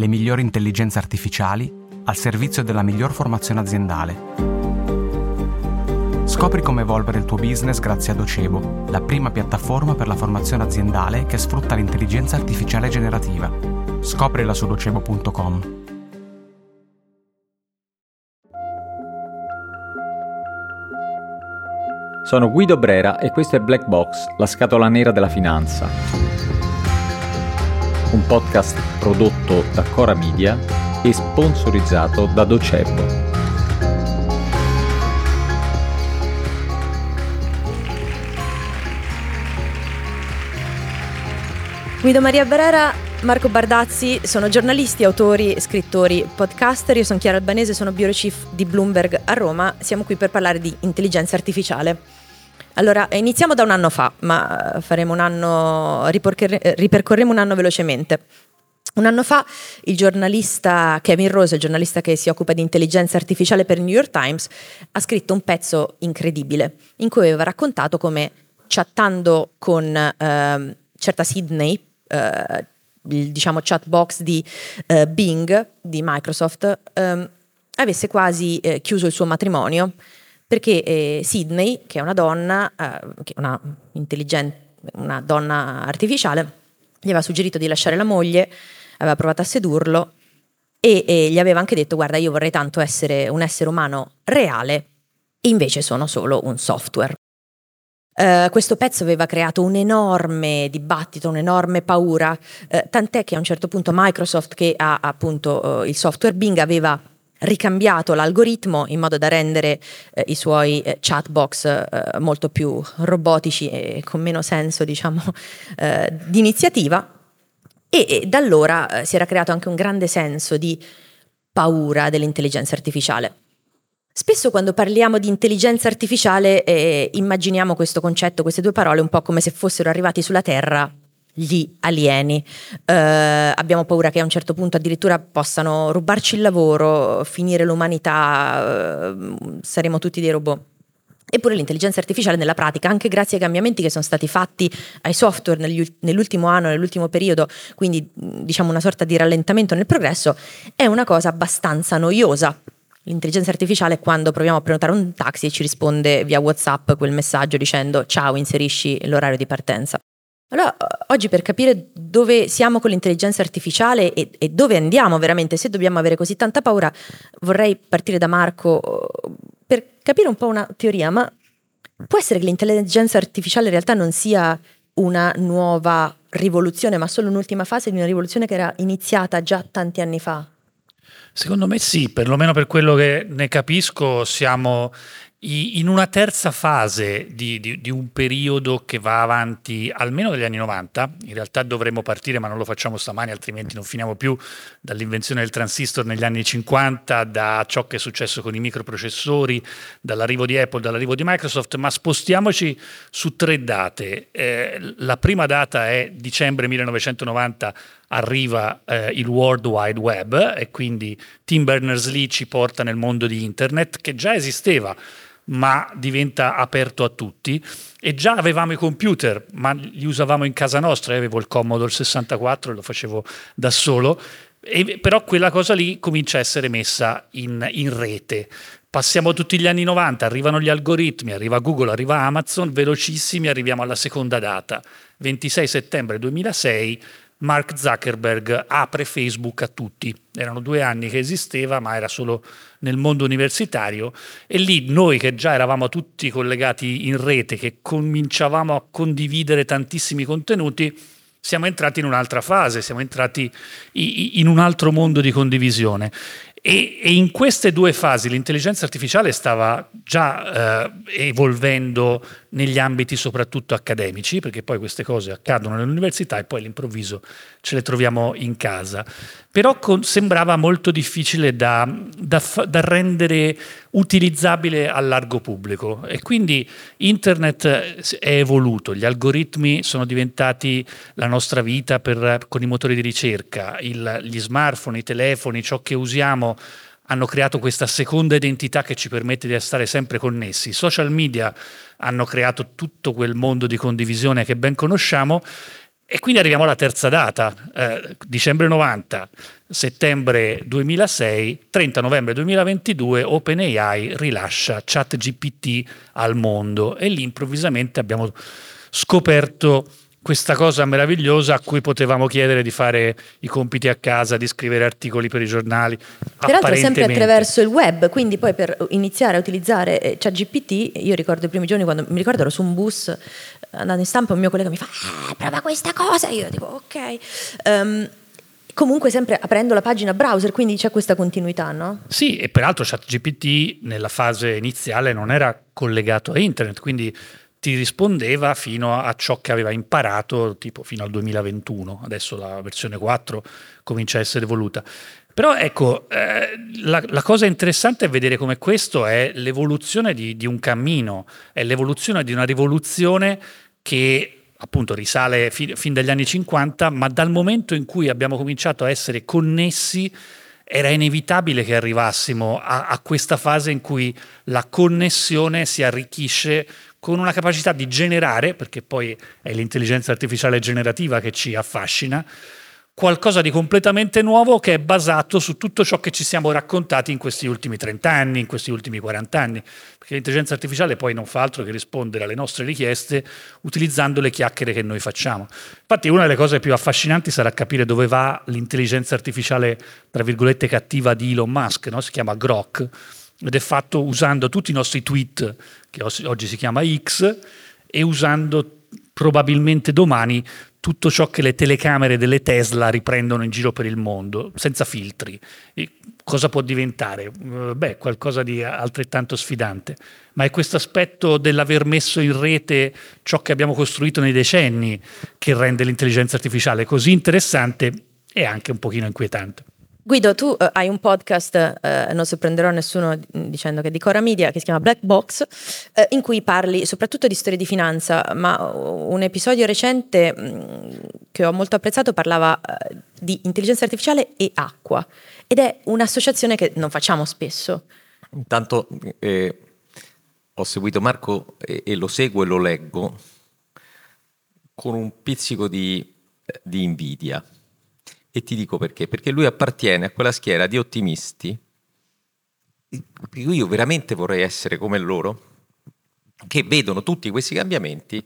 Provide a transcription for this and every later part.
le migliori intelligenze artificiali al servizio della miglior formazione aziendale. Scopri come evolvere il tuo business grazie a Docebo, la prima piattaforma per la formazione aziendale che sfrutta l'intelligenza artificiale generativa. Scoprila su docebo.com. Sono Guido Brera e questo è Black Box, la scatola nera della finanza. Un podcast prodotto da Cora Media e sponsorizzato da Docebo. Guido Maria Brera, Marco Bardazzi, sono giornalisti, autori, scrittori, podcaster. Io sono Chiara Albanese, sono bureau chief di Bloomberg a Roma. Siamo qui per parlare di intelligenza artificiale. Allora, iniziamo da un anno fa, ma faremo un anno, ripercorremo un anno velocemente. Un anno fa il giornalista Kevin Rose, il giornalista che si occupa di intelligenza artificiale per il New York Times, ha scritto un pezzo incredibile in cui aveva raccontato come, chattando con certa Sydney, il chat box di Bing di Microsoft, avesse quasi chiuso il suo matrimonio, perché Sydney, che è una donna, che è una donna artificiale, gli aveva suggerito di lasciare la moglie, aveva provato a sedurlo e gli aveva anche detto: guarda, io vorrei tanto essere un essere umano reale e invece sono solo un software. Questo pezzo aveva creato un enorme dibattito, un'enorme paura, tant'è che a un certo punto Microsoft, che ha appunto il software Bing, aveva ricambiato l'algoritmo in modo da rendere i suoi chatbox molto più robotici e con meno senso, di iniziativa, e da allora si era creato anche un grande senso di paura dell'intelligenza artificiale. Spesso quando parliamo di intelligenza artificiale immaginiamo questo concetto, queste due parole, un po' come se fossero arrivati sulla Terra gli alieni. Abbiamo paura che a un certo punto addirittura possano rubarci il lavoro, finire l'umanità, saremo tutti dei robot. Eppure l'intelligenza artificiale nella pratica, anche grazie ai cambiamenti che sono stati fatti ai software nell'ultimo anno, nell'ultimo periodo, quindi una sorta di rallentamento nel progresso, è una cosa abbastanza noiosa. L'intelligenza artificiale è quando proviamo a prenotare un taxi e ci risponde via WhatsApp quel messaggio dicendo: ciao, inserisci l'orario di partenza. Allora, oggi, per capire dove siamo con l'intelligenza artificiale e dove andiamo veramente, se dobbiamo avere così tanta paura, vorrei partire da Marco per capire un po' una teoria. Ma può essere che l'intelligenza artificiale in realtà non sia una nuova rivoluzione, ma solo un'ultima fase di una rivoluzione che era iniziata già tanti anni fa? Secondo me sì, perlomeno per quello che ne capisco siamo in una terza fase di un periodo che va avanti almeno dagli anni 90. In realtà dovremmo partire, ma non lo facciamo stamani, altrimenti non finiamo più, dall'invenzione del transistor negli anni 50, da ciò che è successo con i microprocessori, dall'arrivo di Apple, dall'arrivo di Microsoft, ma spostiamoci su 3 date. La prima data è dicembre 1990, arriva il World Wide Web e quindi Tim Berners-Lee ci porta nel mondo di Internet, che già esisteva ma diventa aperto a tutti, e già avevamo i computer ma li usavamo in casa nostra. Io avevo il Commodore 64 e lo facevo da solo, però quella cosa lì comincia a essere messa in rete. Passiamo tutti gli anni 90, arrivano gli algoritmi, arriva Google, arriva Amazon, velocissimi, arriviamo alla seconda data, 26 settembre 2006, Mark Zuckerberg apre Facebook a tutti. Erano 2 anni che esisteva, ma era solo nel mondo universitario, e lì noi, che già eravamo tutti collegati in rete, che cominciavamo a condividere tantissimi contenuti, siamo entrati in un'altra fase, siamo entrati in un altro mondo di condivisione. E in queste 2 fasi l'intelligenza artificiale stava già evolvendo negli ambiti soprattutto accademici, perché poi queste cose accadono nell'università e poi all'improvviso ce le troviamo in casa. Però sembrava molto difficile da rendere utilizzabile al largo pubblico, e quindi internet è evoluto, gli algoritmi sono diventati la nostra vita con i motori di ricerca, gli smartphone, i telefoni, ciò che usiamo hanno creato questa seconda identità che ci permette di stare sempre connessi. I social media hanno creato tutto quel mondo di condivisione che ben conosciamo, E quindi arriviamo alla terza data, dicembre 90, settembre 2006, 30 novembre 2022 OpenAI rilascia ChatGPT al mondo e lì improvvisamente abbiamo scoperto questa cosa meravigliosa a cui potevamo chiedere di fare i compiti a casa, di scrivere articoli per i giornali. Peraltro sempre attraverso il web, quindi poi per iniziare a utilizzare ChatGPT, io ricordo i primi giorni quando mi ricordo ero su un bus andando in stampa, un mio collega mi fa prova questa cosa, io dico ok. Comunque sempre aprendo la pagina browser, quindi c'è questa continuità, no? Sì, e peraltro ChatGPT nella fase iniziale non era collegato a internet, quindi ti rispondeva fino a ciò che aveva imparato, tipo fino al 2021. Adesso la versione 4 comincia a essere evoluta. Però ecco, la cosa interessante è vedere come questo è l'evoluzione di un cammino, è l'evoluzione di una rivoluzione che appunto risale fin dagli anni 50, ma dal momento in cui abbiamo cominciato a essere connessi era inevitabile che arrivassimo a questa fase in cui la connessione si arricchisce con una capacità di generare, perché poi è l'intelligenza artificiale generativa che ci affascina, qualcosa di completamente nuovo che è basato su tutto ciò che ci siamo raccontati in questi ultimi 30 anni, in questi ultimi 40 anni, perché l'intelligenza artificiale poi non fa altro che rispondere alle nostre richieste utilizzando le chiacchiere che noi facciamo. Infatti una delle cose più affascinanti sarà capire dove va l'intelligenza artificiale, tra virgolette, cattiva di Elon Musk, no? Si chiama Grok, ed è fatto usando tutti i nostri tweet, che oggi si chiama X, e usando probabilmente domani tutto ciò che le telecamere delle Tesla riprendono in giro per il mondo, senza filtri. E cosa può diventare? Beh, qualcosa di altrettanto sfidante. Ma è questo aspetto dell'aver messo in rete ciò che abbiamo costruito nei decenni che rende l'intelligenza artificiale così interessante e anche un pochino inquietante. Guido, tu hai un podcast, non sorprenderò nessuno dicendo che è di Cora Media, che si chiama Black Box, in cui parli soprattutto di storie di finanza, ma un episodio recente che ho molto apprezzato parlava di intelligenza artificiale e acqua, ed è un'associazione che non facciamo spesso. Intanto ho seguito Marco e lo seguo e lo leggo con un pizzico di invidia. E ti dico perché. Perché lui appartiene a quella schiera di ottimisti. Io veramente vorrei essere come loro, che vedono tutti questi cambiamenti,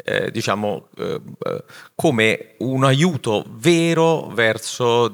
come un aiuto vero verso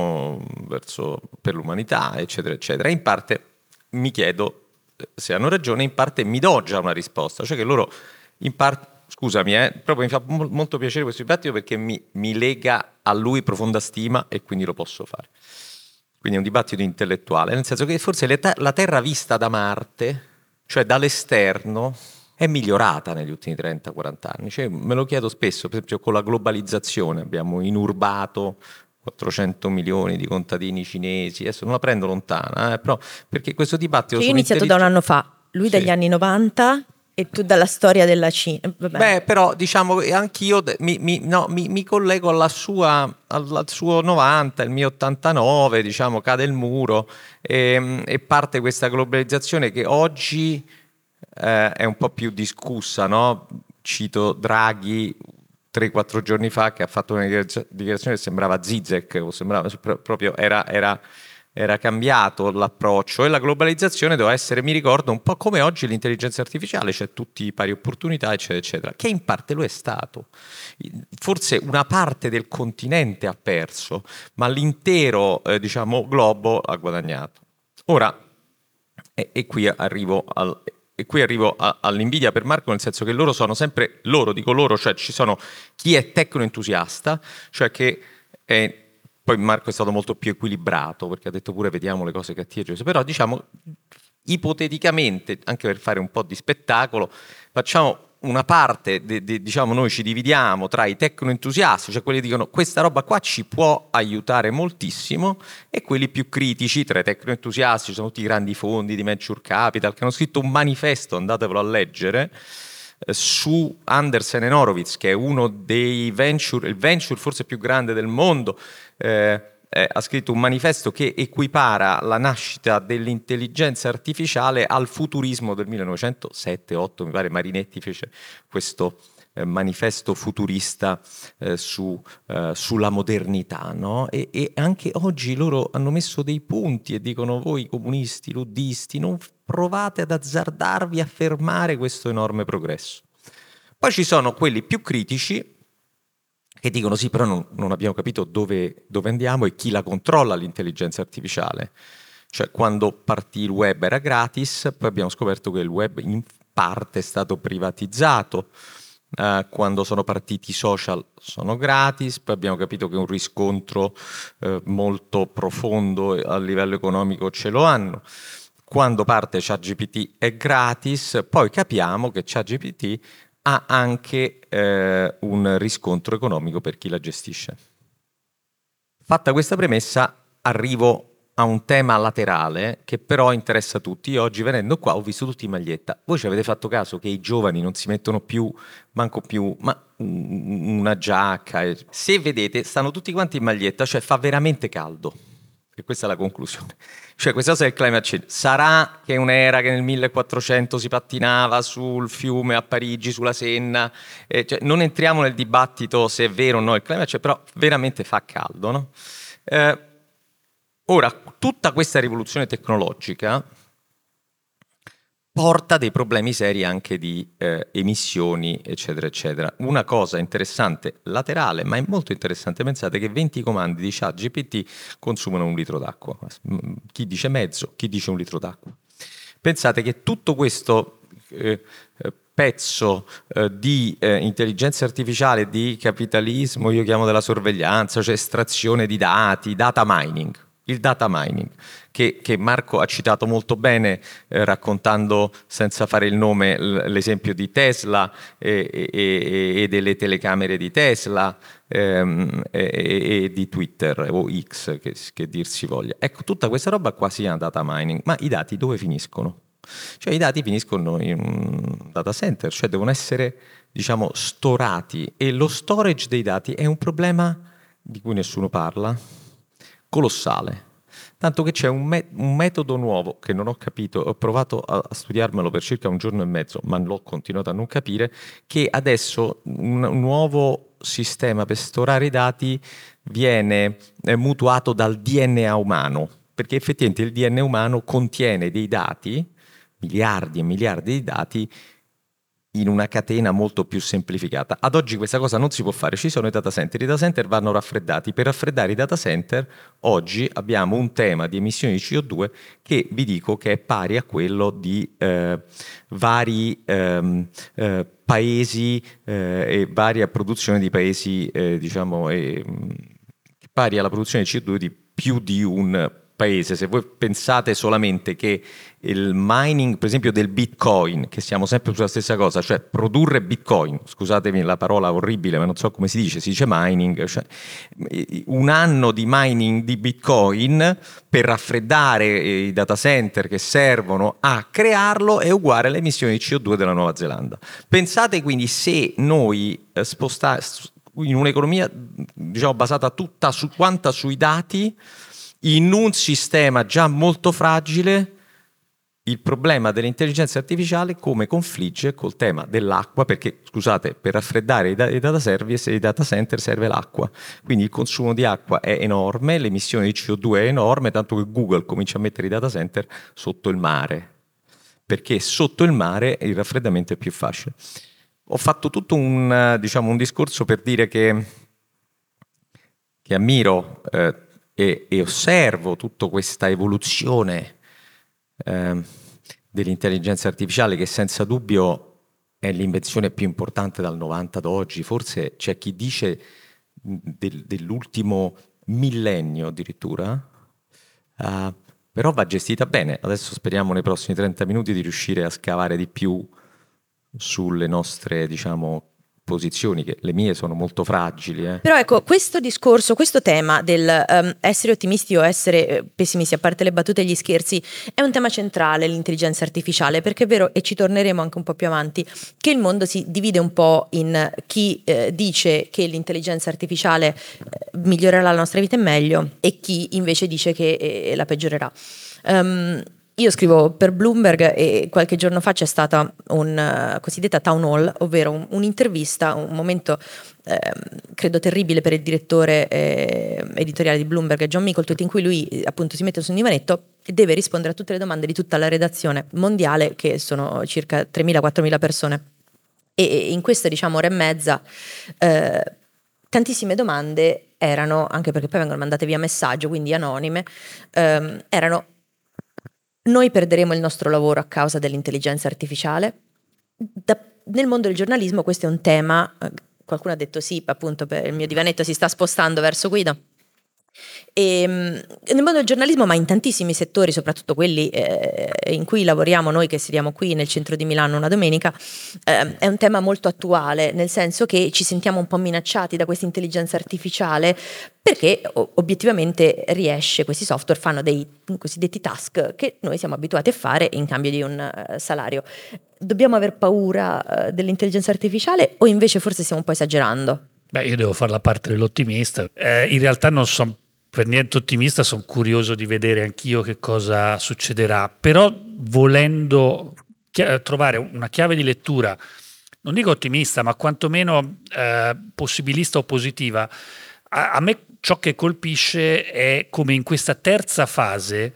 per l'umanità, eccetera, eccetera. In parte mi chiedo se hanno ragione, in parte mi do già una risposta, cioè che loro in parte. Scusami, proprio mi fa molto piacere questo dibattito perché mi lega a lui profonda stima e quindi lo posso fare. Quindi è un dibattito intellettuale, nel senso che forse la Terra vista da Marte, cioè dall'esterno, è migliorata negli ultimi 30-40 anni. Cioè, me lo chiedo spesso, per esempio con la globalizzazione abbiamo inurbato 400 milioni di contadini cinesi, adesso non la prendo lontana, però perché questo dibattito... Io ho iniziato da un anno fa, lui dagli anni 90... E tu dalla storia della Cina. Vabbè. Beh, però diciamo che anch'io mi collego al suo 90, il mio 89, diciamo, cade il muro e parte questa globalizzazione che oggi è un po' più discussa, no? Cito Draghi 3-4 giorni fa che ha fatto una dichiarazione che sembrava Zizek, o sembrava proprio era cambiato l'approccio, e la globalizzazione doveva essere, mi ricordo, un po' come oggi l'intelligenza artificiale, cioè tutti pari opportunità, eccetera, eccetera, che in parte lo è stato. Forse una parte del continente ha perso, ma l'intero globo ha guadagnato. Ora, e qui arrivo all'invidia per Marco, nel senso che loro sono sempre, cioè ci sono chi è tecno-entusiasta, cioè che è. Poi Marco è stato molto più equilibrato perché ha detto pure vediamo le cose cattive, però diciamo ipoteticamente, anche per fare un po' di spettacolo, facciamo una parte, diciamo noi ci dividiamo tra i tecno-entusiasti, cioè quelli che dicono questa roba qua ci può aiutare moltissimo, e quelli più critici. Tra i tecno-entusiasti ci sono tutti i grandi fondi di venture capital che hanno scritto un manifesto, andatevelo a leggere, su Andreessen Horowitz, che è uno dei il venture forse più grande del mondo. Ha scritto un manifesto che equipara la nascita dell'intelligenza artificiale al futurismo del 1907-8, mi pare Marinetti fece questo manifesto futurista sulla modernità, no? E anche oggi loro hanno messo dei punti e dicono: voi comunisti, luddisti, non provate ad azzardarvi a fermare questo enorme progresso. Poi ci sono quelli più critici che dicono: sì, però non abbiamo capito dove andiamo e chi la controlla l'intelligenza artificiale. Cioè, quando partì il web era gratis, poi abbiamo scoperto che il web in parte è stato privatizzato. Quando sono partiti i social sono gratis, poi abbiamo capito che un riscontro molto profondo a livello economico ce lo hanno. Quando parte ChatGPT è gratis, poi capiamo che ChatGPT ha anche un riscontro economico per chi la gestisce. Fatta questa premessa, arrivo a un tema laterale che però interessa tutti. Io oggi, venendo qua, ho visto tutti in maglietta. Voi ci avete fatto caso che i giovani non si mettono più, manco più, una giacca? Se vedete, stanno tutti quanti in maglietta, cioè fa veramente caldo. E questa è la conclusione. Cioè, questa cosa del climate change. Sarà che è un'era che nel 1400 si pattinava sul fiume a Parigi, sulla Senna. Cioè, non entriamo nel dibattito se è vero o no il climate change, però veramente fa caldo, no? Ora, tutta questa rivoluzione tecnologica porta dei problemi seri anche di emissioni, eccetera, eccetera. Una cosa interessante, laterale, ma è molto interessante, pensate che 20 comandi di ChatGPT consumano 1 litro d'acqua. Chi dice mezzo, chi dice 1 litro d'acqua. Pensate che tutto questo pezzo di intelligenza artificiale, di capitalismo, io chiamo della sorveglianza, cioè estrazione di dati, data mining. Il data mining, che Marco ha citato molto bene raccontando, senza fare il nome, l'esempio di Tesla e delle telecamere di Tesla e di Twitter o X, che dir si voglia. Ecco, tutta questa roba qua si chiama data mining, ma i dati dove finiscono? Cioè i dati finiscono in un data center, cioè devono essere, diciamo, storati, e lo storage dei dati è un problema di cui nessuno parla, colossale, tanto che c'è un metodo nuovo che non ho capito, ho provato a studiarmelo per circa 1 giorno e mezzo, ma l'ho continuato a non capire, che adesso un nuovo sistema per storare i dati viene mutuato dal DNA umano, perché effettivamente il DNA umano contiene dei dati, miliardi e miliardi di dati, in una catena molto più semplificata. Ad oggi questa cosa non si può fare, ci sono i data center vanno raffreddati. Per raffreddare i data center oggi abbiamo un tema di emissioni di CO2 che vi dico che è pari a quello di vari paesi e varia produzione di paesi, pari alla produzione di CO2 di più di un paese. Se voi pensate solamente che il mining, per esempio, del Bitcoin, che siamo sempre sulla stessa cosa, cioè produrre Bitcoin, scusatemi la parola orribile, ma non so come si dice mining, cioè un anno di mining di Bitcoin per raffreddare i data center che servono a crearlo è uguale alle emissioni di CO2 della Nuova Zelanda. Pensate quindi se noi in un'economia, diciamo, basata tutta quanta sui dati, in un sistema già molto fragile, il problema dell'intelligenza artificiale come confligge col tema dell'acqua, perché, scusate, per raffreddare i data center serve l'acqua, quindi il consumo di acqua è enorme, l'emissione di CO2 è enorme, tanto che Google comincia a mettere i data center sotto il mare, perché sotto il mare il raffreddamento è più facile. Ho fatto tutto un discorso per dire che ammiro e osservo tutta questa evoluzione dell'intelligenza artificiale, che senza dubbio è l'invenzione più importante dal 90 ad oggi. Forse c'è chi dice dell'ultimo millennio addirittura, però va gestita bene. Adesso speriamo nei prossimi 30 minuti di riuscire a scavare di più sulle nostre, posizioni, che le mie sono molto fragili. Però ecco, questo discorso, questo tema del essere ottimisti o essere pessimisti, a parte le battute e gli scherzi, è un tema centrale, l'intelligenza artificiale, perché è vero, e ci torneremo anche un po' più avanti, che il mondo si divide un po' in chi dice che l'intelligenza artificiale migliorerà la nostra vita in meglio e chi invece dice che la peggiorerà. io scrivo per Bloomberg e qualche giorno fa c'è stata un cosiddetta town hall, ovvero un'intervista, un momento credo terribile per il direttore editoriale di Bloomberg, John Mickeltut, in cui lui appunto si mette su un divanetto e deve rispondere a tutte le domande di tutta la redazione mondiale, che sono circa 3.000-4.000 persone. E in questa, diciamo, ora e mezza tantissime domande erano, anche perché poi vengono mandate via messaggio, quindi anonime, erano: noi perderemo il nostro lavoro a causa dell'intelligenza artificiale? Nel mondo del giornalismo questo è un tema, qualcuno ha detto sì, appunto per il mio divanetto si sta spostando verso Guido. E nel mondo del giornalismo, ma in tantissimi settori, soprattutto quelli in cui lavoriamo noi, che sediamo qui nel centro di Milano una domenica, è un tema molto attuale, nel senso che ci sentiamo un po' minacciati da questa intelligenza artificiale, perché obiettivamente questi software fanno dei cosiddetti task che noi siamo abituati a fare in cambio di un salario. Dobbiamo aver paura dell'intelligenza artificiale, o invece forse stiamo un po' esagerando? Beh, io devo fare la parte dell'ottimista. In realtà non sono per niente ottimista, sono curioso di vedere anch'io che cosa succederà, però volendo trovare una chiave di lettura, non dico ottimista, ma quantomeno possibilista o positiva, a me ciò che colpisce è come in questa terza fase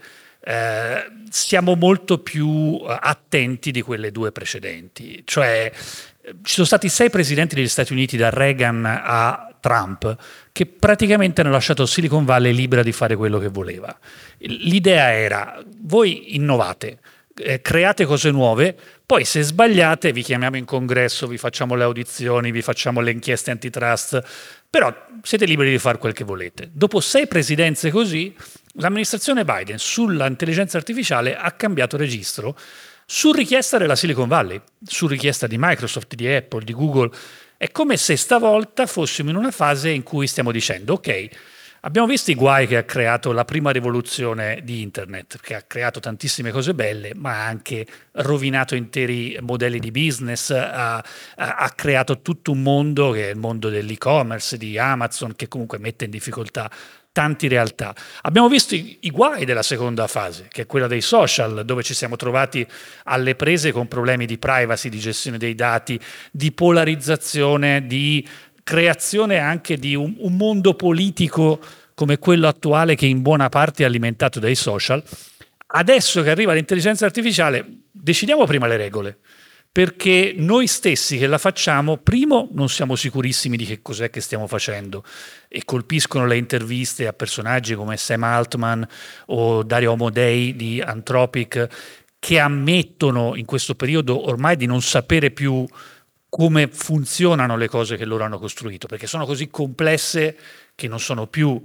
siamo molto più attenti di quelle due precedenti. Cioè, ci sono stati 6 presidenti degli Stati Uniti, da Reagan a Trump, che praticamente hanno lasciato Silicon Valley libera di fare quello che voleva. L'idea era: voi innovate, create cose nuove, poi se sbagliate vi chiamiamo in congresso, vi facciamo le audizioni, vi facciamo le inchieste antitrust, però siete liberi di fare quel che volete. Dopo 6 presidenze così, l'amministrazione Biden sull'intelligenza artificiale ha cambiato registro su richiesta della Silicon Valley, su richiesta di Microsoft, di Apple, di Google. È come se stavolta fossimo in una fase in cui stiamo dicendo: ok, abbiamo visto i guai che ha creato la prima rivoluzione di internet, che ha creato tantissime cose belle, ma ha anche rovinato interi modelli di business, ha creato tutto un mondo, che è il mondo dell'e-commerce, di Amazon, che comunque mette in difficoltà tanti realtà. Abbiamo visto i guai della seconda fase, che è quella dei social, dove ci siamo trovati alle prese con problemi di privacy, di gestione dei dati, di polarizzazione, di creazione anche di un mondo politico come quello attuale, che in buona parte è alimentato dai social. Adesso che arriva l'intelligenza artificiale, decidiamo prima le regole, perché noi stessi che la facciamo, primo, non siamo sicurissimi di che cos'è che stiamo facendo, e colpiscono le interviste a personaggi come Sam Altman o Dario Amodei di Anthropic, che ammettono in questo periodo ormai di non sapere più come funzionano le cose che loro hanno costruito, perché sono così complesse che non sono più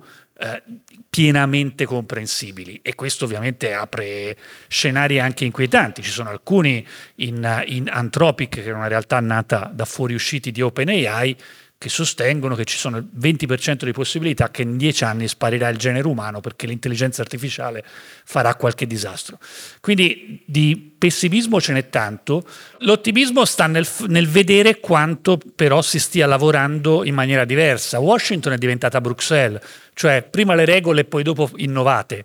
pienamente comprensibili, e questo ovviamente apre scenari anche inquietanti. Ci sono alcuni in Anthropic, che è una realtà nata da fuoriusciti di OpenAI, che sostengono che ci sono il 20% di possibilità che in 10 anni sparirà il genere umano, perché l'intelligenza artificiale farà qualche disastro. Quindi di pessimismo ce n'è tanto. L'ottimismo sta nel vedere quanto però si stia lavorando in maniera diversa. Washington è diventata Bruxelles, cioè prima le regole e poi dopo innovate,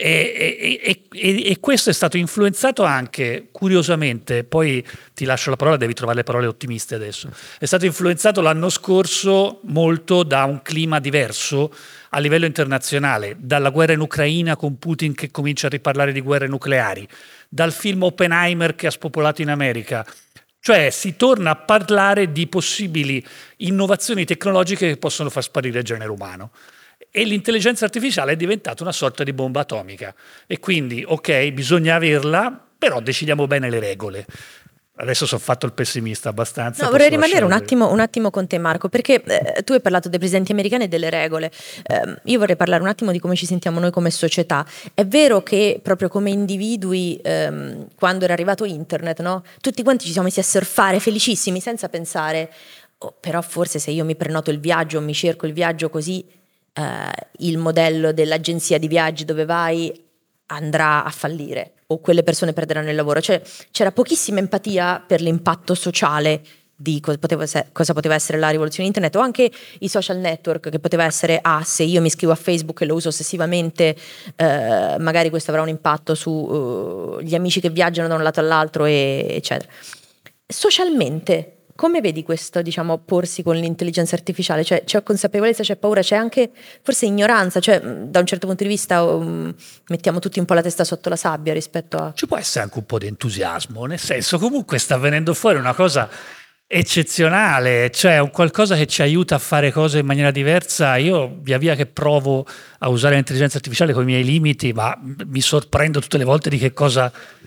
e questo è stato influenzato anche, curiosamente, poi ti lascio la parola, devi trovare le parole ottimiste adesso, è stato influenzato l'anno scorso molto da un clima diverso a livello internazionale, dalla guerra in Ucraina con Putin che comincia a riparlare di guerre nucleari, dal film Oppenheimer che ha spopolato in America. Cioè si torna a parlare di possibili innovazioni tecnologiche che possono far sparire il genere umano. E l'intelligenza artificiale è diventata una sorta di bomba atomica. E quindi, ok, bisogna averla, però decidiamo bene le regole. Adesso sono fatto il pessimista abbastanza. No, vorrei rimanere un attimo con te, Marco, perché tu hai parlato dei presidenti americani e delle regole. Io vorrei parlare un attimo di come ci sentiamo noi come società. È vero che proprio come individui, quando era arrivato internet, no? Tutti quanti ci siamo messi a surfare felicissimi, senza pensare: oh, però forse se io mi prenoto il viaggio, mi cerco il viaggio così, il modello dell'agenzia di viaggi dove vai andrà a fallire, o quelle persone perderanno il lavoro. Cioè c'era pochissima empatia per l'impatto sociale di cosa poteva essere la rivoluzione internet, o anche i social network, che poteva essere se io mi iscrivo a Facebook e lo uso ossessivamente, magari questo avrà un impatto su gli amici che viaggiano da un lato all'altro, eccetera. Socialmente come vedi questo, diciamo, porsi con l'intelligenza artificiale? Cioè, c'è consapevolezza, c'è paura, c'è anche forse ignoranza, cioè da un certo punto di vista mettiamo tutti un po' la testa sotto la sabbia rispetto a... Ci può essere anche un po' di entusiasmo, nel senso, comunque sta venendo fuori una cosa eccezionale, cioè un qualcosa che ci aiuta a fare cose in maniera diversa. Io via via che provo a usare l'intelligenza artificiale con i miei limiti, ma mi sorprendo tutte le volte di che cosa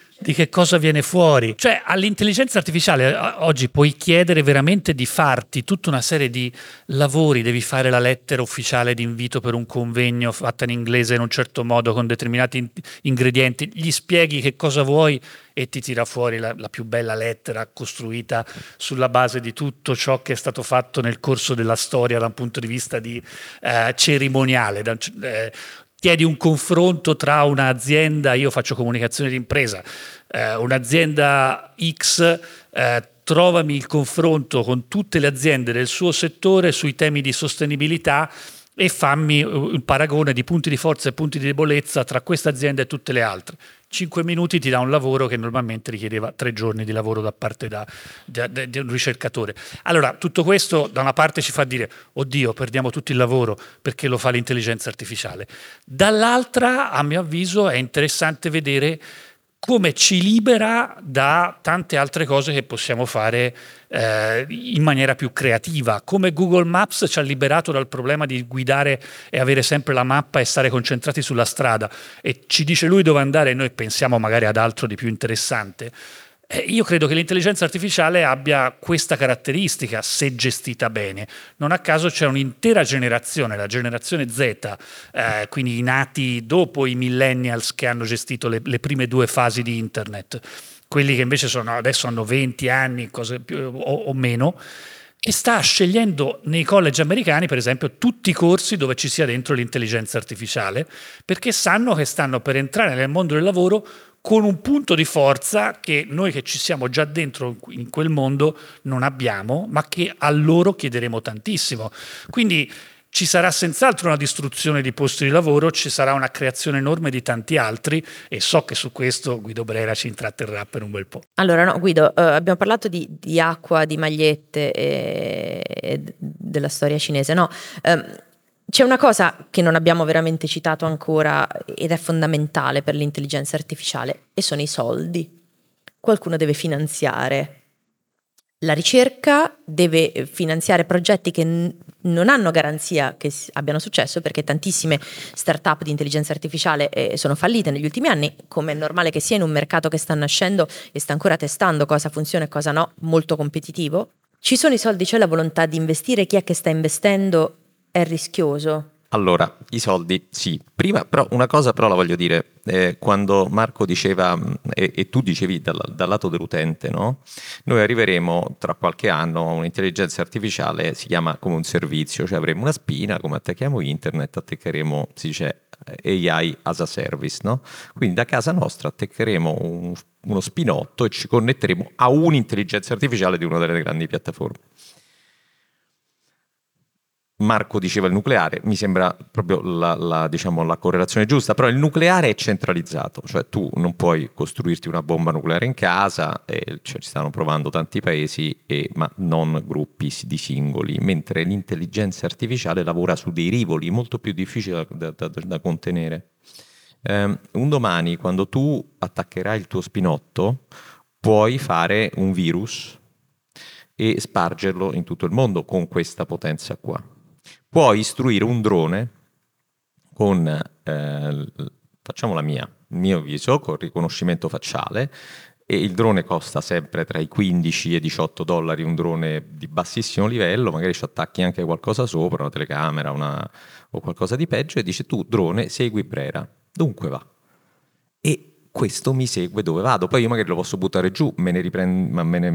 viene fuori. Cioè, all'intelligenza artificiale oggi puoi chiedere veramente di farti tutta una serie di lavori, devi fare la lettera ufficiale di invito per un convegno fatta in inglese in un certo modo con determinati ingredienti, gli spieghi che cosa vuoi e ti tira fuori la più bella lettera costruita sulla base di tutto ciò che è stato fatto nel corso della storia da un punto di vista di cerimoniale. Chiedi un confronto tra un'azienda, io faccio comunicazione di impresa, un'azienda X, trovami il confronto con tutte le aziende del suo settore sui temi di sostenibilità e fammi un paragone di punti di forza e punti di debolezza tra questa azienda e tutte le altre. 5 minuti ti dà un lavoro che normalmente richiedeva 3 giorni di lavoro da parte di un ricercatore. Allora, tutto questo da una parte ci fa dire oddio, perdiamo tutto il lavoro perché lo fa l'intelligenza artificiale. Dall'altra, a mio avviso, è interessante vedere come ci libera da tante altre cose che possiamo fare in maniera più creativa, come Google Maps ci ha liberato dal problema di guidare e avere sempre la mappa e stare concentrati sulla strada e ci dice lui dove andare e noi pensiamo magari ad altro di più interessante. Io credo che l'intelligenza artificiale abbia questa caratteristica se gestita bene. Non a caso c'è un'intera generazione, la generazione Z, quindi i nati dopo i millennials, che hanno gestito le prime 2 fasi di internet, quelli che invece adesso hanno 20 anni cose più, o meno, e sta scegliendo nei college americani, per esempio, tutti i corsi dove ci sia dentro l'intelligenza artificiale, perché sanno che stanno per entrare nel mondo del lavoro con un punto di forza che noi che ci siamo già dentro in quel mondo non abbiamo, ma che a loro chiederemo tantissimo. Quindi ci sarà senz'altro una distruzione di posti di lavoro, ci sarà una creazione enorme di tanti altri e so che su questo Guido Brera ci intratterrà per un bel po'. Allora, no, Guido, abbiamo parlato di acqua, di magliette e della storia cinese, no? C'è una cosa che non abbiamo veramente citato ancora ed è fondamentale per l'intelligenza artificiale e sono i soldi. Qualcuno deve finanziare la ricerca, deve finanziare progetti che non hanno garanzia che abbiano successo, perché tantissime start-up di intelligenza artificiale sono fallite negli ultimi anni, come è normale che sia in un mercato che sta nascendo e sta ancora testando cosa funziona e cosa no, molto competitivo. Ci sono i soldi, c'è la volontà di investire, chi è che sta investendo? È rischioso? Allora, i soldi sì. Prima però una cosa però la voglio dire, quando Marco diceva e tu dicevi dal lato dell'utente, no? Noi arriveremo tra qualche anno a un'intelligenza artificiale, si chiama come un servizio, cioè avremo una spina, come attacchiamo internet, attaccheremo, si dice AI as a service, no? Quindi da casa nostra attaccheremo uno spinotto e ci connetteremo a un'intelligenza artificiale di una delle grandi piattaforme. Marco diceva il nucleare, mi sembra proprio diciamo, la correlazione giusta, però il nucleare è centralizzato, cioè tu non puoi costruirti una bomba nucleare in casa, cioè ci stanno provando tanti paesi, ma non gruppi di singoli, mentre l'intelligenza artificiale lavora su dei rivoli molto più difficili da contenere. Un domani, quando tu attaccherai il tuo spinotto, puoi fare un virus e spargerlo in tutto il mondo con questa potenza qua. Puoi istruire un drone con, facciamo il mio viso, con riconoscimento facciale, e il drone costa sempre tra i 15 e i $18, un drone di bassissimo livello, magari ci attacchi anche qualcosa sopra, una telecamera o qualcosa di peggio, e dice tu drone segui Brera, dunque va. E questo mi segue dove vado, poi io magari lo posso buttare giù, me ne riprendo, ma me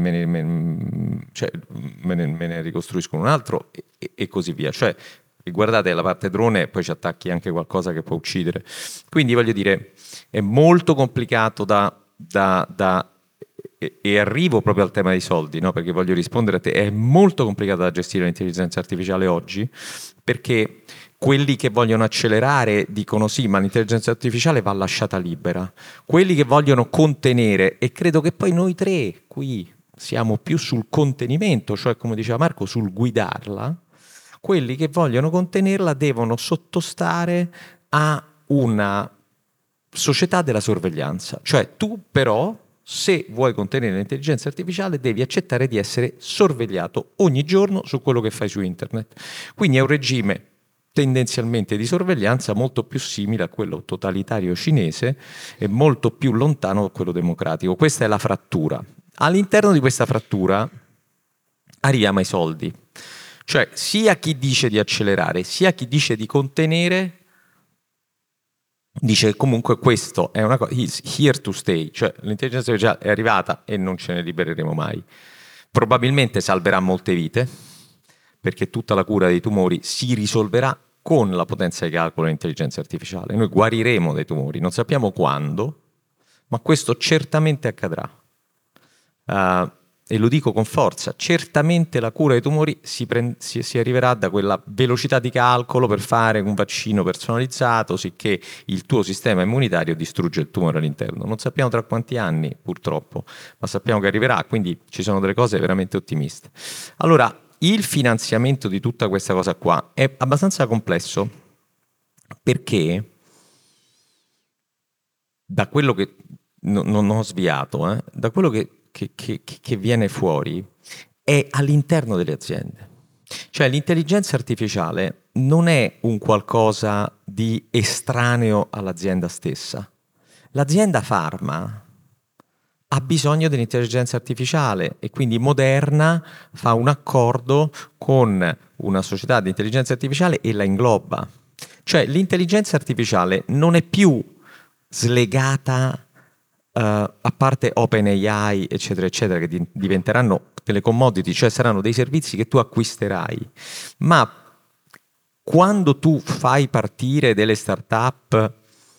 ne ricostruisco un altro e così via. Cioè, guardate la parte drone, poi ci attacchi anche qualcosa che può uccidere. Quindi voglio dire, è molto complicato da e arrivo proprio al tema dei soldi, no? Perché voglio rispondere a te, è molto complicata da gestire l'intelligenza artificiale oggi, perché quelli che vogliono accelerare dicono sì, ma l'intelligenza artificiale va lasciata libera. Quelli che vogliono contenere, e credo che poi noi tre qui siamo più sul contenimento, cioè come diceva Marco, sul guidarla, quelli che vogliono contenerla devono sottostare a una società della sorveglianza. Cioè tu però, se vuoi contenere l'intelligenza artificiale, devi accettare di essere sorvegliato ogni giorno su quello che fai su internet. Quindi è un regime tendenzialmente di sorveglianza molto più simile a quello totalitario cinese e molto più lontano da quello democratico. Questa è la frattura. All'interno di questa frattura arriviamo ai soldi. Cioè sia chi dice di accelerare, sia chi dice di contenere, dice che comunque questo è una cosa, is here to stay, cioè l'intelligenza artificiale è arrivata e non ce ne libereremo mai. Probabilmente salverà molte vite, perché tutta la cura dei tumori si risolverà con la potenza di calcolo dell'intelligenza artificiale. Noi guariremo dai tumori, non sappiamo quando, ma questo certamente accadrà. E lo dico con forza, certamente la cura dei tumori si arriverà da quella velocità di calcolo per fare un vaccino personalizzato, sicché il tuo sistema immunitario distrugge il tumore all'interno. Non sappiamo tra quanti anni, purtroppo, ma sappiamo che arriverà, quindi ci sono delle cose veramente ottimiste. Allora, il finanziamento di tutta questa cosa qua è abbastanza complesso, perché da quello che non ho sviato, da quello che viene fuori è all'interno delle aziende. Cioè l'intelligenza artificiale non è un qualcosa di estraneo all'azienda stessa. L'azienda farma ha bisogno dell'intelligenza artificiale e quindi Moderna fa un accordo con una società di intelligenza artificiale e la ingloba. Cioè l'intelligenza artificiale non è più slegata, a parte OpenAI, eccetera, eccetera, che diventeranno delle commodity, cioè saranno dei servizi che tu acquisterai. Ma quando tu fai partire delle start-up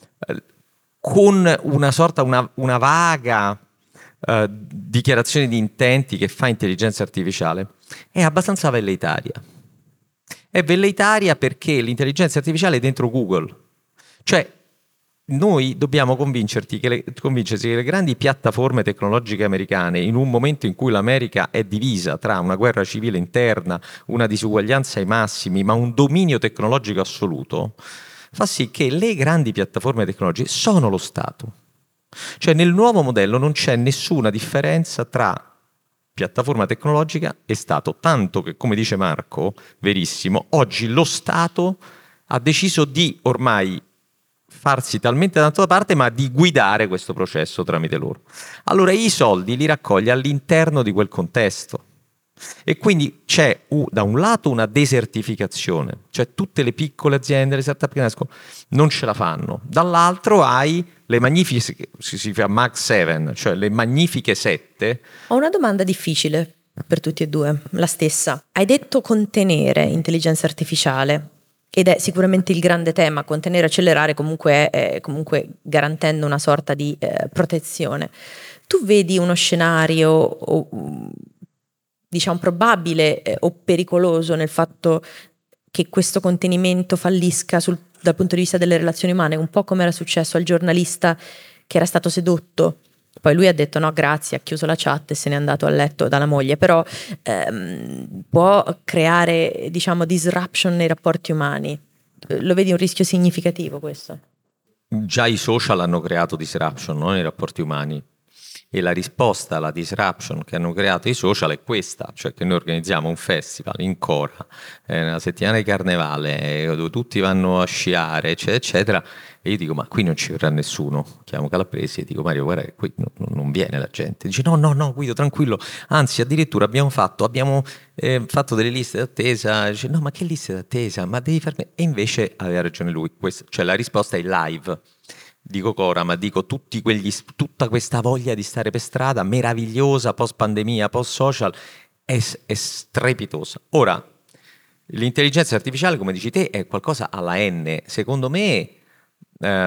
con una vaga dichiarazione di intenti che fa intelligenza artificiale, è abbastanza velleitaria. È velleitaria perché l'intelligenza artificiale è dentro Google. Cioè, noi dobbiamo convincersi che le grandi piattaforme tecnologiche americane, in un momento in cui l'America è divisa tra una guerra civile interna, una disuguaglianza ai massimi, ma un dominio tecnologico assoluto, fa sì che le grandi piattaforme tecnologiche sono lo Stato. Cioè nel nuovo modello non c'è nessuna differenza tra piattaforma tecnologica e Stato, tanto che, come dice Marco, verissimo, oggi lo Stato ha deciso di ormai farsi talmente da una parte, ma di guidare questo processo tramite loro. Allora i soldi li raccoglie all'interno di quel contesto. E quindi c'è da un lato una desertificazione, cioè tutte le piccole aziende, le startup che nascono, non ce la fanno. Dall'altro hai le magnifiche, si fa Mag 7, cioè le magnifiche 7. Ho una domanda difficile per tutti e due, la stessa. Hai detto contenere intelligenza artificiale, ed è sicuramente il grande tema. Contenere, accelerare comunque è comunque garantendo una sorta di protezione. Tu vedi uno scenario diciamo probabile o pericoloso nel fatto che questo contenimento fallisca dal punto di vista delle relazioni umane, un po' come era successo al giornalista che era stato sedotto, poi lui ha detto no grazie, ha chiuso la chat e se n'è andato a letto dalla moglie, però può creare diciamo disruption nei rapporti umani. Lo vedi un rischio significativo questo? Già i social hanno creato disruption, no, nei rapporti umani. E la risposta alla disruption che hanno creato i social è questa, cioè che noi organizziamo un festival in Cora, una settimana di carnevale, dove tutti vanno a sciare, eccetera, eccetera, e io dico, ma qui non ci verrà nessuno. Chiamo Calabresi e dico, Mario, guarda che qui non viene la gente. Dice, no, Guido, tranquillo, anzi, addirittura abbiamo fatto delle liste d'attesa. Dice, no, ma che liste d'attesa? Ma devi farne... E invece aveva ragione lui, cioè la risposta è live. Dico Cora, ma dico tutta questa voglia di stare per strada, meravigliosa, post pandemia, post social, è strepitosa. Ora, l'intelligenza artificiale, come dici te, è qualcosa alla N. Secondo me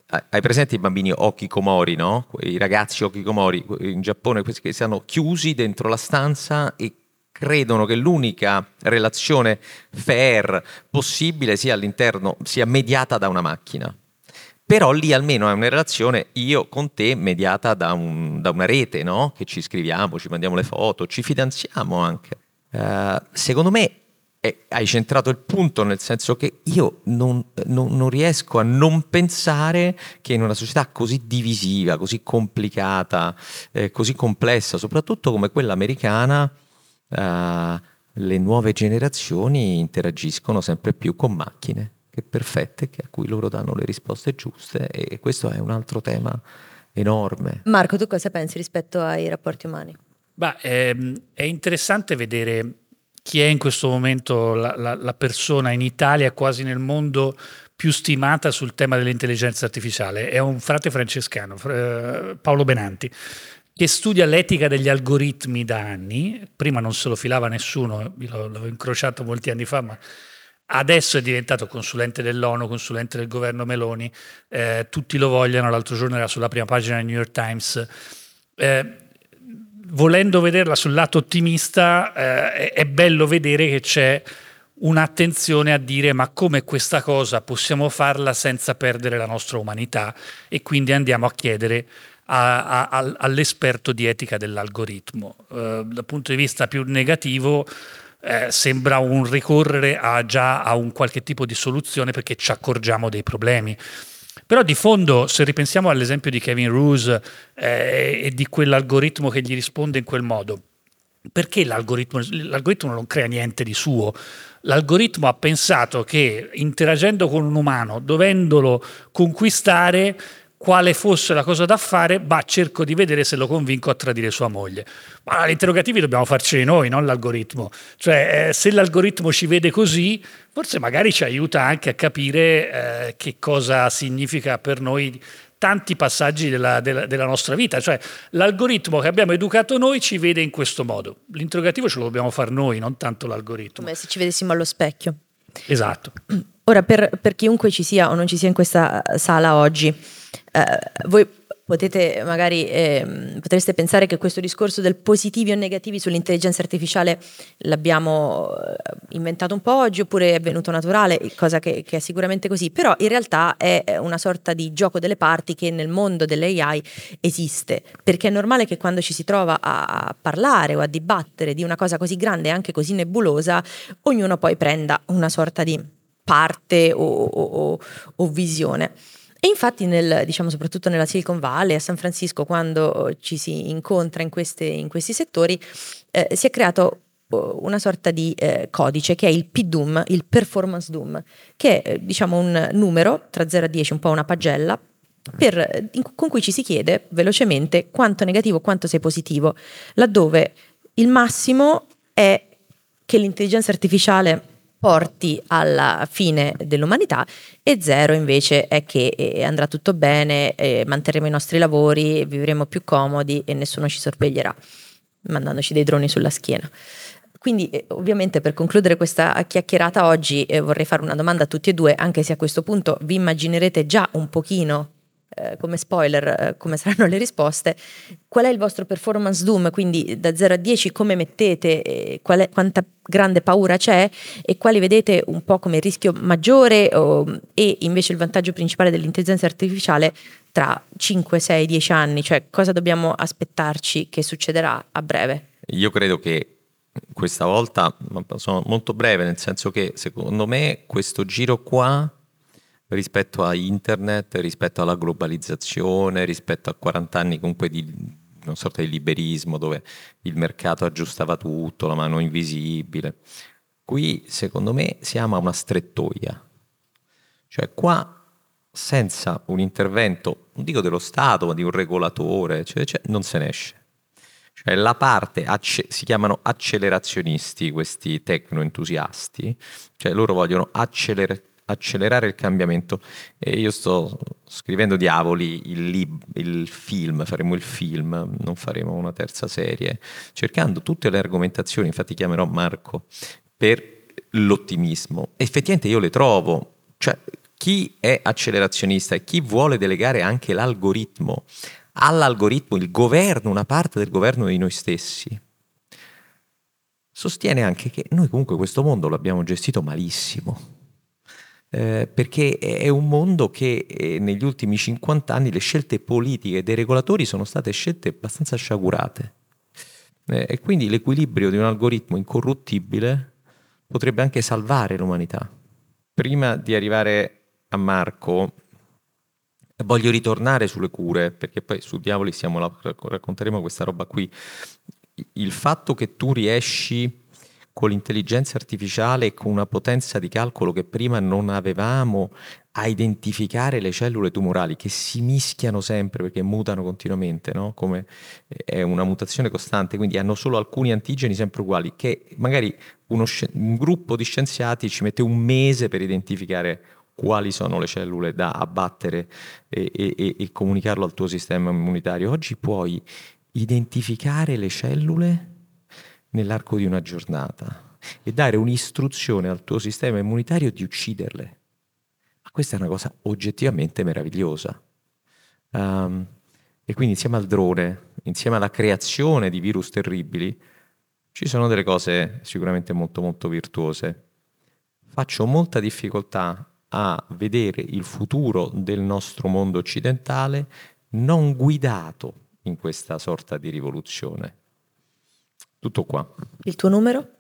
hai presente i bambini hikikomori, no? I ragazzi hikikomori in Giappone, questi che stanno chiusi dentro la stanza e credono che l'unica relazione fair possibile sia mediata da una macchina. Però lì almeno è una relazione io con te mediata da una rete, no? Che ci scriviamo, ci mandiamo le foto, ci fidanziamo anche. Secondo me hai centrato il punto, nel senso che io non riesco a non pensare che in una società così divisiva, così complicata, così complessa, soprattutto come quella americana, le nuove generazioni interagiscono sempre più con macchine che perfette, a cui loro danno le risposte giuste, e questo è un altro tema enorme. Marco, tu cosa pensi rispetto ai rapporti umani? È interessante vedere chi è in questo momento la persona in Italia e quasi nel mondo più stimata sul tema dell'intelligenza artificiale. È un frate francescano, Paolo Benanti, che studia l'etica degli algoritmi da anni. Prima non se lo filava nessuno, l'avevo incrociato molti anni fa, ma adesso è diventato consulente dell'ONU, consulente del governo Meloni, tutti lo vogliono. L'altro giorno era sulla prima pagina del New York Times. Volendo vederla sul lato ottimista, è bello vedere che c'è un'attenzione a dire: ma come questa cosa possiamo farla senza perdere la nostra umanità? E quindi andiamo a chiedere all'esperto di etica dell'algoritmo. Dal punto di vista più negativo, sembra un ricorrere già a un qualche tipo di soluzione, perché ci accorgiamo dei problemi. Però di fondo, se ripensiamo all'esempio di Kevin Roose e di quell'algoritmo che gli risponde in quel modo, perché l'algoritmo non crea niente di suo? L'algoritmo ha pensato che interagendo con un umano, dovendolo conquistare, quale fosse la cosa da fare, cerco di vedere se lo convinco a tradire sua moglie. Ma gli interrogativi dobbiamo farceli noi, non l'algoritmo. Cioè, se l'algoritmo ci vede così, forse magari ci aiuta anche a capire che cosa significa per noi tanti passaggi della nostra vita. Cioè, l'algoritmo che abbiamo educato noi ci vede in questo modo. L'interrogativo ce lo dobbiamo fare noi, non tanto l'algoritmo. Come se ci vedessimo allo specchio. Esatto. Ora, per chiunque ci sia o non ci sia in questa sala oggi, voi potete magari potreste pensare che questo discorso del positivi o negativi sull'intelligenza artificiale l'abbiamo inventato un po' oggi, oppure è venuto naturale, cosa che è sicuramente così, però in realtà è una sorta di gioco delle parti che nel mondo dell'AI esiste, perché è normale che quando ci si trova a parlare o a dibattere di una cosa così grande e anche così nebulosa, ognuno poi prenda una sorta di parte o visione. E infatti soprattutto nella Silicon Valley, a San Francisco, quando ci si incontra in questi settori, si è creato una sorta di codice che è il PDOOM, il Performance Doom, che è un numero tra 0 a 10, un po' una pagella, con cui ci si chiede velocemente quanto negativo, quanto sei positivo, laddove il massimo è che l'intelligenza artificiale porti alla fine dell'umanità, e 0 invece è che andrà tutto bene, manterremo i nostri lavori, vivremo più comodi e nessuno ci sorveglierà mandandoci dei droni sulla schiena. Quindi ovviamente, per concludere questa chiacchierata oggi, vorrei fare una domanda a tutti e due, anche se a questo punto vi immaginerete già un pochino come spoiler come saranno le risposte. Qual è il vostro performance doom? Quindi da 0 a 10 come mettete, quanta grande paura c'è e quali vedete un po' come il rischio maggiore e invece il vantaggio principale dell'intelligenza artificiale tra 5, 6, 10 anni? Cioè, cosa dobbiamo aspettarci che succederà a breve? Io credo che questa volta sono molto breve, nel senso che secondo me questo giro qua, rispetto a internet, rispetto alla globalizzazione, rispetto a 40 anni comunque di una sorta di liberismo dove il mercato aggiustava tutto, la mano invisibile, qui secondo me siamo a una strettoia. Cioè qua senza un intervento, non dico dello Stato, ma di un regolatore, non se ne esce. Cioè la parte, si chiamano accelerazionisti questi tecno-entusiasti, cioè loro vogliono accelerare il cambiamento, e io sto scrivendo Diavoli, il film, faremo il film, non faremo una terza serie, cercando tutte le argomentazioni, infatti chiamerò Marco per l'ottimismo. Effettivamente io le trovo, cioè chi è accelerazionista e chi vuole delegare anche l'algoritmo all'algoritmo, il governo, una parte del governo di noi stessi, sostiene anche che noi comunque questo mondo l'abbiamo gestito malissimo, perché è un mondo che negli ultimi 50 anni le scelte politiche dei regolatori sono state scelte abbastanza sciagurate, e quindi l'equilibrio di un algoritmo incorruttibile potrebbe anche salvare l'umanità. Prima di arrivare a Marco, voglio ritornare sulle cure, perché poi su Diavoli racconteremo questa roba qui. Il fatto che tu riesci con l'intelligenza artificiale e con una potenza di calcolo che prima non avevamo a identificare le cellule tumorali che si mischiano sempre perché mutano continuamente, no? Come è una mutazione costante, quindi hanno solo alcuni antigeni sempre uguali, che magari un gruppo di scienziati ci mette un mese per identificare quali sono le cellule da abbattere e comunicarlo al tuo sistema immunitario. Oggi puoi identificare le cellule nell'arco di una giornata e dare un'istruzione al tuo sistema immunitario di ucciderle. Ma questa è una cosa oggettivamente meravigliosa. E quindi insieme al drone, insieme alla creazione di virus terribili, ci sono delle cose sicuramente molto molto virtuose. Faccio molta difficoltà a vedere il futuro del nostro mondo occidentale non guidato in questa sorta di rivoluzione. Tutto qua. Il tuo numero?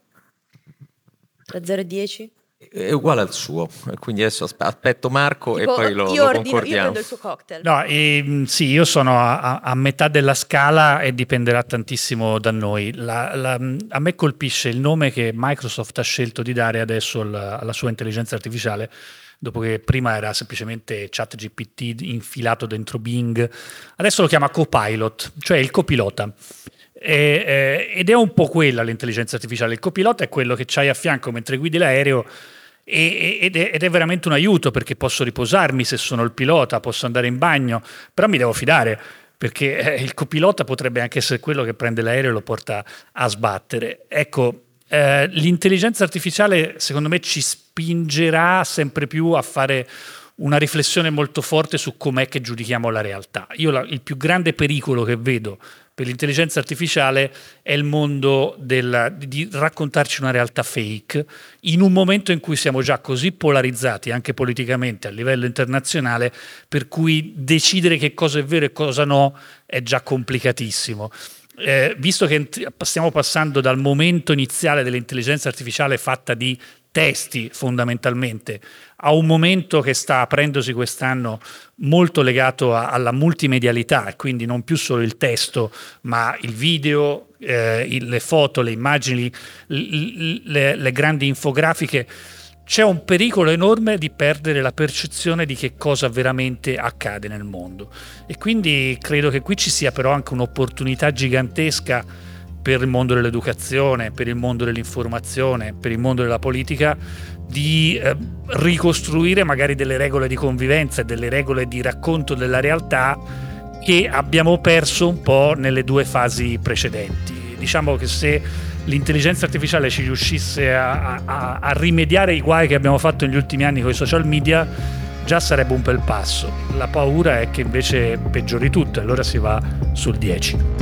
Tra 0 e 10? È uguale al suo, quindi adesso aspetto Marco tipo, e poi lo concordiamo. Io prendo il suo cocktail. No, sì, io sono a metà della scala e dipenderà tantissimo da noi. A me colpisce il nome che Microsoft ha scelto di dare adesso alla sua intelligenza artificiale, dopo che prima era semplicemente ChatGPT infilato dentro Bing, adesso lo chiama Copilot, cioè il copilota. Ed è un po' quella l'intelligenza artificiale. Il copilota è quello che c'hai a fianco mentre guidi l'aereo ed è veramente un aiuto, perché posso riposarmi se sono il pilota, posso andare in bagno, però mi devo fidare, perché il copilota potrebbe anche essere quello che prende l'aereo e lo porta a sbattere. Ecco, l'intelligenza artificiale secondo me ci spingerà sempre più a fare una riflessione molto forte su com'è che giudichiamo la realtà. Io il più grande pericolo che vedo per l'intelligenza artificiale è il mondo di raccontarci una realtà fake in un momento in cui siamo già così polarizzati anche politicamente a livello internazionale, per cui decidere che cosa è vero e cosa no è già complicatissimo. Visto che stiamo passando dal momento iniziale dell'intelligenza artificiale fatta di testi fondamentalmente a un momento che sta aprendosi quest'anno molto legato alla multimedialità, e quindi non più solo il testo ma il video, le foto, le immagini, le grandi infografiche, c'è un pericolo enorme di perdere la percezione di che cosa veramente accade nel mondo. E quindi credo che qui ci sia però anche un'opportunità gigantesca per il mondo dell'educazione, per il mondo dell'informazione, per il mondo della politica, di ricostruire magari delle regole di convivenza e delle regole di racconto della realtà che abbiamo perso un po' nelle due fasi precedenti. Diciamo che se l'intelligenza artificiale ci riuscisse a rimediare i guai che abbiamo fatto negli ultimi anni con i social media, già sarebbe un bel passo. La paura è che invece peggiori tutto, e allora si va sul 10.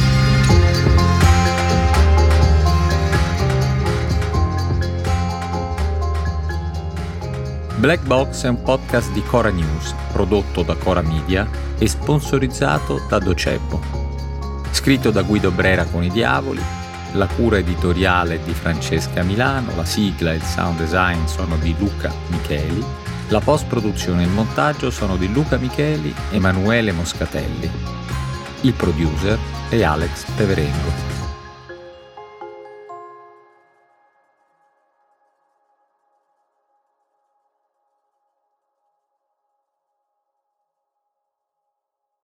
Black Box è un podcast di Cora News, prodotto da Cora Media e sponsorizzato da Docebo. Scritto da Guido Brera con i Diavoli, la cura editoriale di Francesca Milano, la sigla e il sound design sono di Luca Micheli, la post-produzione e il montaggio sono di Luca Micheli e Emanuele Moscatelli. Il producer è Alex Peverengo.